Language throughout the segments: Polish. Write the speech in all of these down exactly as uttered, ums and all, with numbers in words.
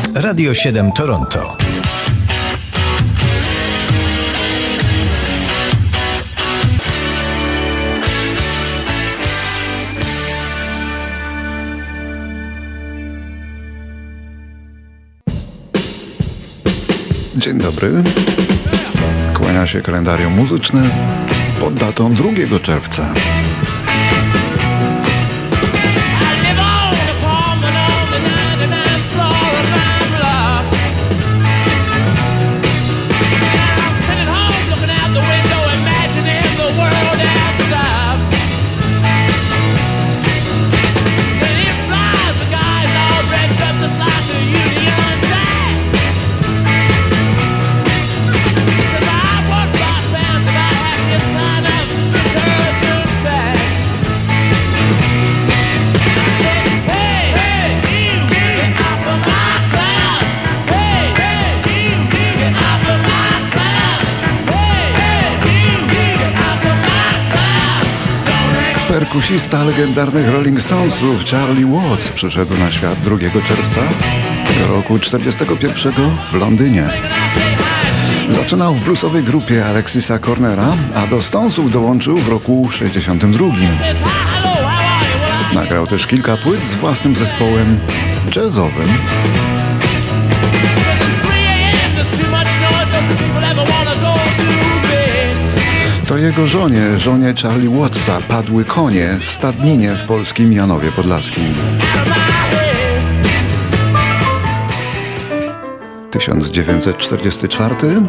Radio siedem Toronto. Dzień dobry. Kłania się kalendarium muzyczne pod datą drugiego czerwca. Perkusista legendarnych Rolling Stonesów Charlie Watts przyszedł na świat drugiego czerwca roku czterdziestego pierwszego w Londynie. Zaczynał w bluesowej grupie Alexisa Cornera, a do Stonesów dołączył w roku sześćdziesiątym drugim. Nagrał też kilka płyt z własnym zespołem jazzowym. To jego żonie, żonie Charlie Wattsa, padły konie w stadninie w polskim Janowie Podlaskim. tysiąc dziewięćset czterdziesty czwarty.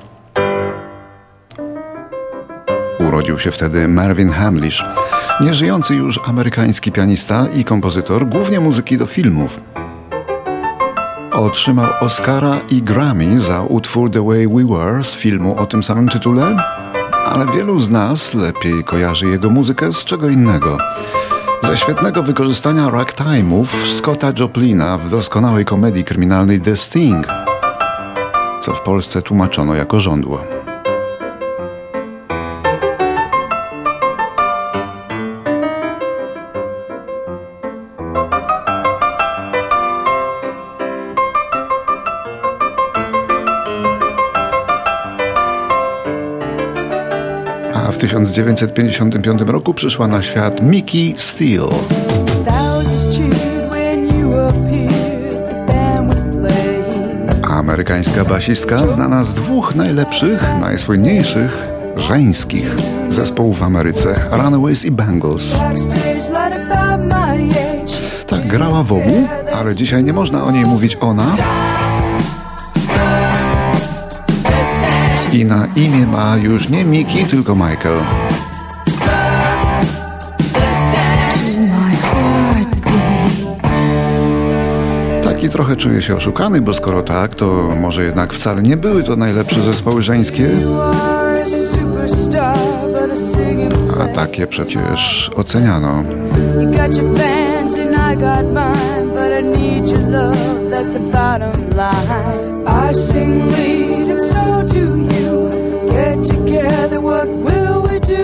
Urodził się wtedy Marvin Hamlisch, nieżyjący już amerykański pianista i kompozytor, głównie muzyki do filmów. Otrzymał Oscara i Grammy za utwór The Way We Were z filmu o tym samym tytule, ale wielu z nas lepiej kojarzy jego muzykę z czego innego. Ze świetnego wykorzystania ragtime'ów Scotta Joplina w doskonałej komedii kryminalnej The Sting, co w Polsce tłumaczono jako żądło. W tysiąc dziewięćset pięćdziesiątym piątym roku przyszła na świat Mickey Steele. Amerykańska basistka znana z dwóch najlepszych, najsłynniejszych żeńskich zespołów w Ameryce, Runaways i Bangles. Tak, grała w obu, ale dzisiaj nie można o niej mówić ona. I na imię ma już nie Mickey, tylko Michael. Taki trochę czuję się oszukany, bo skoro tak, to może jednak wcale nie były to najlepsze zespoły żeńskie. A takie przecież oceniano. Get together, what will we do?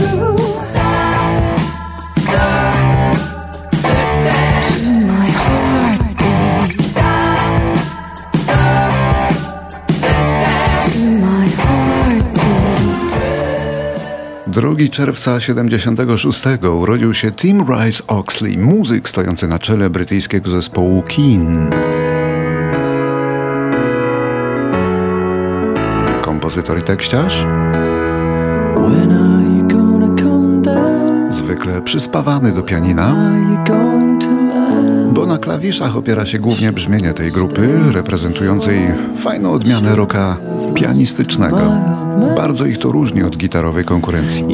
Stop, stop, listen to my heartbeat. Stop, stop, listen to my heartbeat. drugiego czerwca siedemdziesiątego szóstego urodził się Tim Rice Oxley, muzyk stojący na czele brytyjskiego zespołu Keane. Kompozytor i tekściarz, zwykle przyspawany do pianina, bo na klawiszach opiera się głównie brzmienie tej grupy, reprezentującej fajną odmianę rocka pianistycznego. Bardzo ich to różni od gitarowej konkurencji.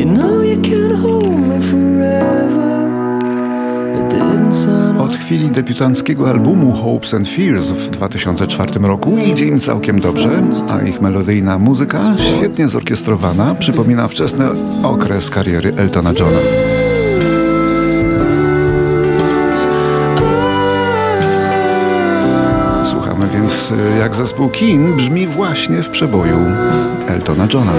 Od chwili debiutanckiego albumu Hopes and Fears w dwa tysiące czwartym roku idzie im całkiem dobrze, a ich melodyjna muzyka, świetnie zorkiestrowana, przypomina wczesny okres kariery Eltona Johna. Słuchamy więc, jak zespół Keane brzmi właśnie w przeboju Eltona Johna.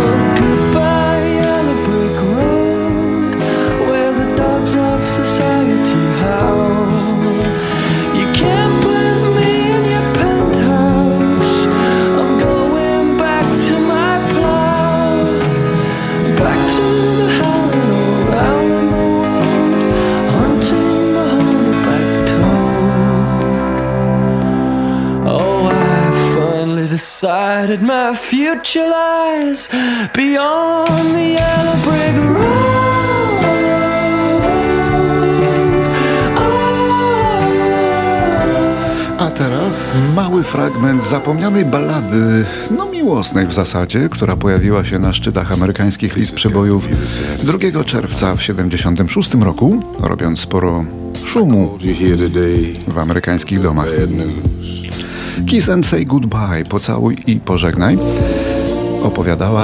You can't put me in your penthouse. decided my future lies beyond the yellow brick road. A teraz mały fragment zapomnianej ballady, no miłosnej w zasadzie, która pojawiła się na szczytach amerykańskich list przebojów drugiego czerwca w siedemdziesiątym szóstym roku, robiąc sporo szumu w amerykańskich domach. Kiss and Say Goodbye, pocałuj i pożegnaj, opowiadała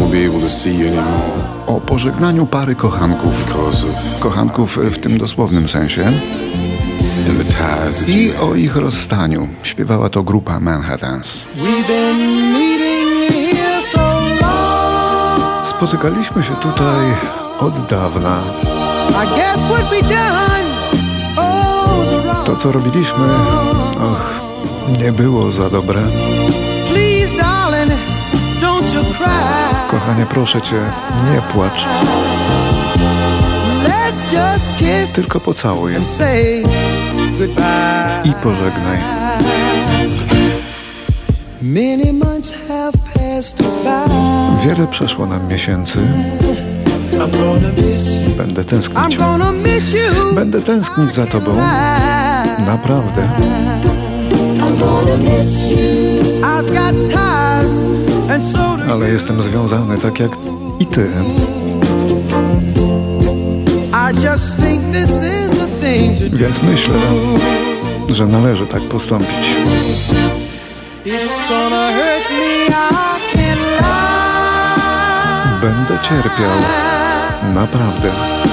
o pożegnaniu pary kochanków, kochanków w tym dosłownym sensie, i o ich rozstaniu. Śpiewała to grupa Manhattans. Spotykaliśmy się tutaj od dawna. To, co robiliśmy, och, nie było za dobre. Kochanie, proszę cię, nie płacz. Tylko pocałuj i pożegnaj. Wiele przeszło nam miesięcy. Będę tęsknić. Będę tęsknić za tobą. Naprawdę. Ale jestem związany tak jak i ty. Więc myślę, że należy tak postąpić. Będę cierpiał. Naprawdę.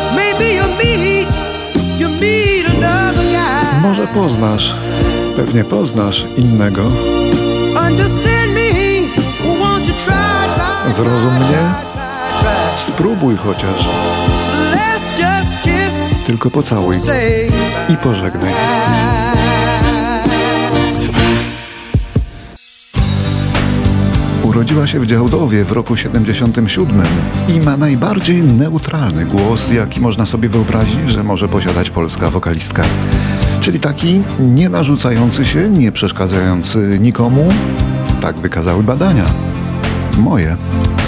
Może poznasz, pewnie poznasz innego. Zrozum mnie? Spróbuj chociaż. Tylko pocałuj i pożegnaj. Urodziła się w Działdowie w roku siedemdziesiątym siódmym i ma najbardziej neutralny głos, jaki można sobie wyobrazić, że może posiadać polska wokalistka. Czyli taki nie narzucający się, nie przeszkadzający nikomu. Tak wykazały badania. Moje.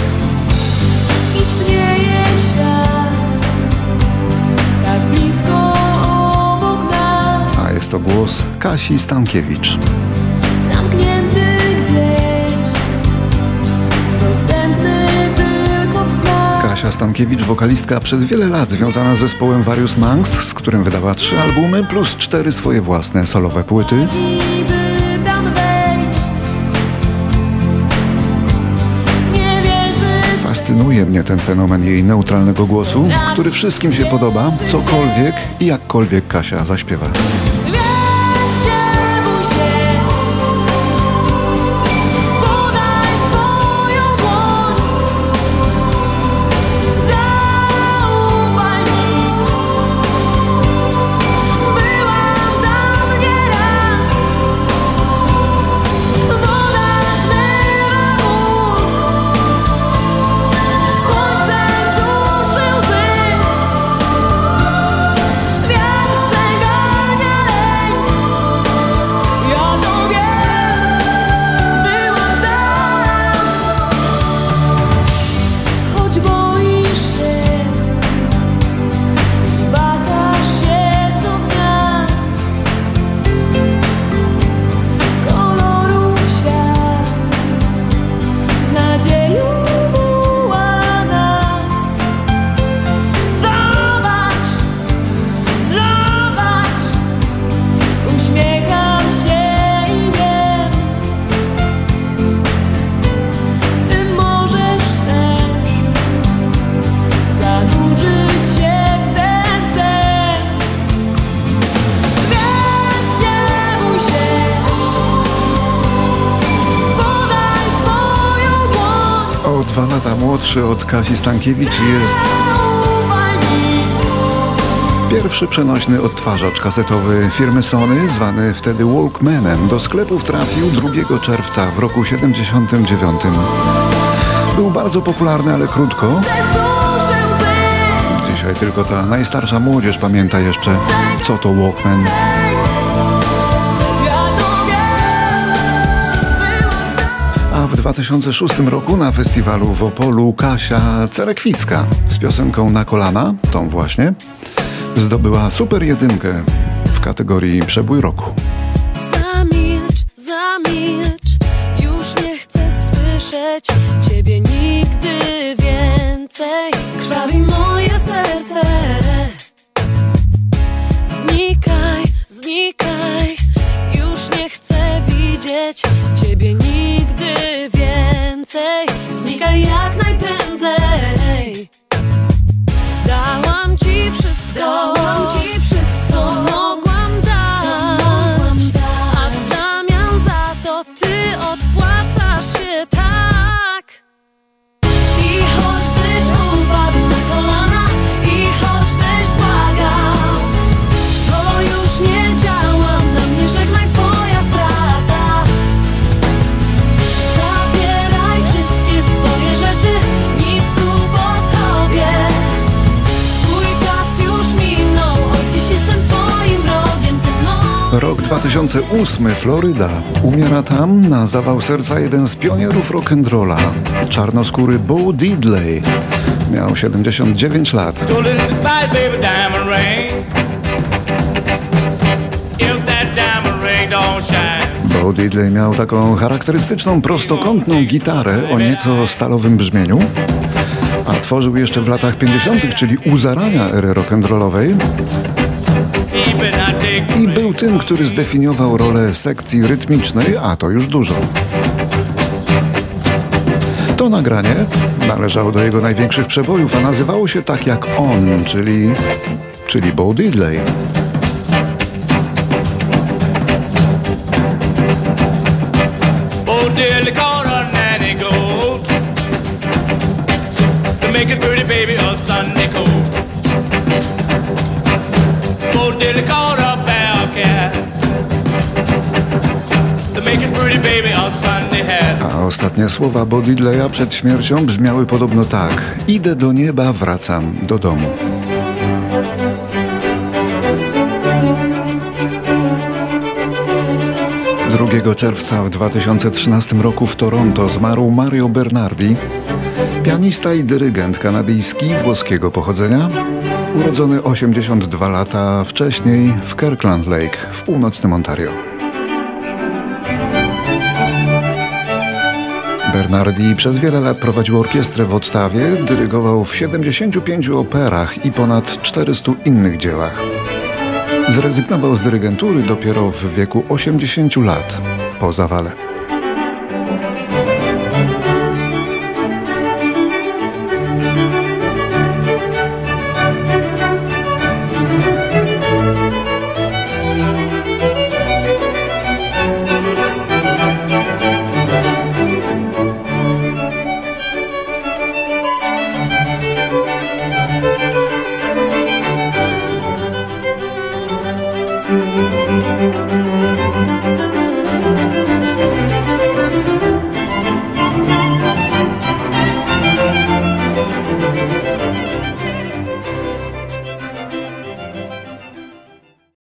Jest to głos Kasi Stankiewicz. Zamknięty gdzieś, dostępny tylko wzrok. Kasia Stankiewicz, wokalistka przez wiele lat związana z zespołem Various Monks, z którym wydała trzy albumy plus cztery swoje własne solowe płyty. Fascynuje mnie ten fenomen jej neutralnego głosu, który wszystkim się podoba, cokolwiek i jakkolwiek Kasia zaśpiewa. Dwa lata młodszy od Kasi Stankiewicz jest pierwszy przenośny odtwarzacz kasetowy firmy Sony, zwany wtedy Walkmanem. Do sklepów trafił drugiego czerwca w roku siedemdziesiątym dziewiątym. Był bardzo popularny, ale krótko. Dzisiaj tylko ta najstarsza młodzież pamięta jeszcze, co to Walkman. dwa tysiące szóstym roku na festiwalu w Opolu Kasia Cerekwicka z piosenką Na kolana, tą właśnie, zdobyła super jedynkę w kategorii Przebój roku. Zamilcz, zamilcz, już nie chcę słyszeć Ciebie nigdy więcej. Krwawi moje serce. Znikaj, znikaj, już nie chcę widzieć Ciebie nigdy więcej. Znikaj jak najprędzej. Dałam Ci wszystko, dałam Ci wszystko, co mogłam dać, a w zamian za to Ty odpłacasz się tak. I choćbyś upadł na kolana, i choćbyś błagał, to już nie działa na mnie, żegnaj Twoja strata. Zabieraj wszystkie swoje rzeczy, nic tu po Tobie. Twój czas już minął, od dziś jestem Twoim wrogiem, Ty mną. Rok dwa tysiące ósmy, Floryda. Umiera tam na zawał serca jeden z pionierów rock'n'rolla, czarnoskóry Bo Diddley. Miał siedemdziesiąt dziewięć lat. So listen to fight, baby, diamond ring. If that diamond ring don't shine. Bo Diddley miał taką charakterystyczną prostokątną gitarę o nieco stalowym brzmieniu, a tworzył jeszcze w latach pięćdziesiątych, czyli u zarania ery rock'n'rollowej, He better not take i był tym, który zdefiniował rolę sekcji rytmicznej, a to już dużo. To nagranie należało do jego największych przebojów, a nazywało się tak jak on, czyli, czyli Bo Diddley. Bo Diddley caught a nanny goat to make it pretty baby a Sunday coat. Bo Diddley caught a bellcat to make it pretty baby a Sunday hat. A ostatnie słowa Bo Diddleya przed śmiercią brzmiały podobno tak: idę do nieba, wracam do domu. drugiego czerwca w dwa tysiące trzynastym roku w Toronto zmarł Mario Bernardi, pianista i dyrygent kanadyjski włoskiego pochodzenia, urodzony osiemdziesiąt dwa lata wcześniej w Kirkland Lake w północnym Ontario. Bernardi przez wiele lat prowadził orkiestrę w Ottawie, dyrygował w siedemdziesięciu pięciu operach i ponad czterystu innych dziełach. Zrezygnował z dyrygentury dopiero w wieku osiemdziesięciu lat, po zawale. Thank you.